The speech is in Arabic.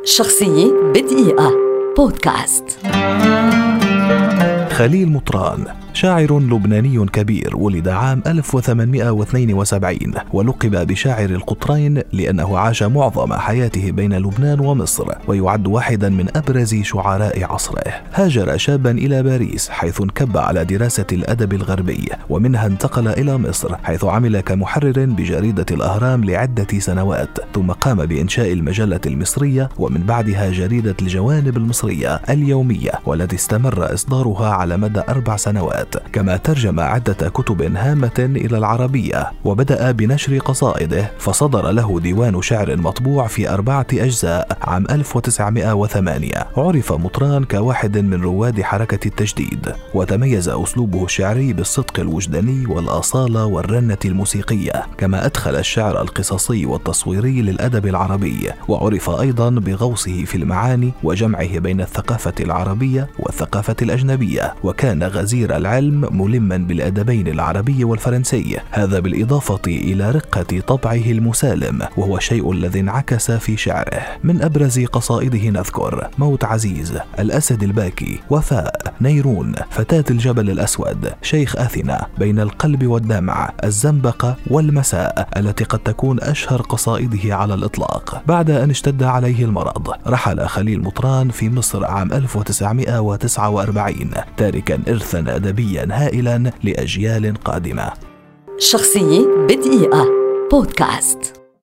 شخصية بدقيقة بودكاست. خليل مطران شاعر لبناني كبير، ولد عام 1872 ولقب بشاعر القطرين لأنه عاش معظم حياته بين لبنان ومصر، ويعد واحدا من أبرز شعراء عصره. هاجر شابا إلى باريس حيث انكب على دراسة الأدب الغربي، ومنها انتقل إلى مصر حيث عمل كمحرر بجريدة الأهرام لعدة سنوات، ثم قام بإنشاء المجلة المصرية ومن بعدها جريدة الجوانب المصرية اليومية، والتي استمر إصدارها على مدى 4 سنوات. كما ترجم عدة كتب هامة إلى العربية، وبدأ بنشر قصائده، فصدر له ديوان شعر مطبوع في 4 أجزاء عام 1908. عرف مطران كواحد من رواد حركة التجديد، وتميز أسلوبه الشعري بالصدق الوجداني والأصالة والرنة الموسيقية، كما أدخل الشعر القصصي والتصويري للأدب العربي، وعرف أيضا بغوصه في المعاني وجمعه بين الثقافة العربية والثقافة الأجنبية، وكان غزير العلم ملما بالأدبين العربي والفرنسي، هذا بالإضافة إلى رقة طبعه المسالم، وهو الشيء الذي انعكس في شعره. من أبرز قصائده نذكر موت عزيز، الأسد الباكي، وفاء، نيرون، فتاة الجبل الأسود، شيخ أثينا، بين القلب والدمع، الزنبقة، والمساء، التي قد تكون أشهر قصائده على الإطلاق. بعد أن اشتد عليه المرض رحل خليل مطران في مصر عام 1949 تاركا إرثا أدبيا هائلا لأجيال قادمة. شخصية بدقيقة بودكاست.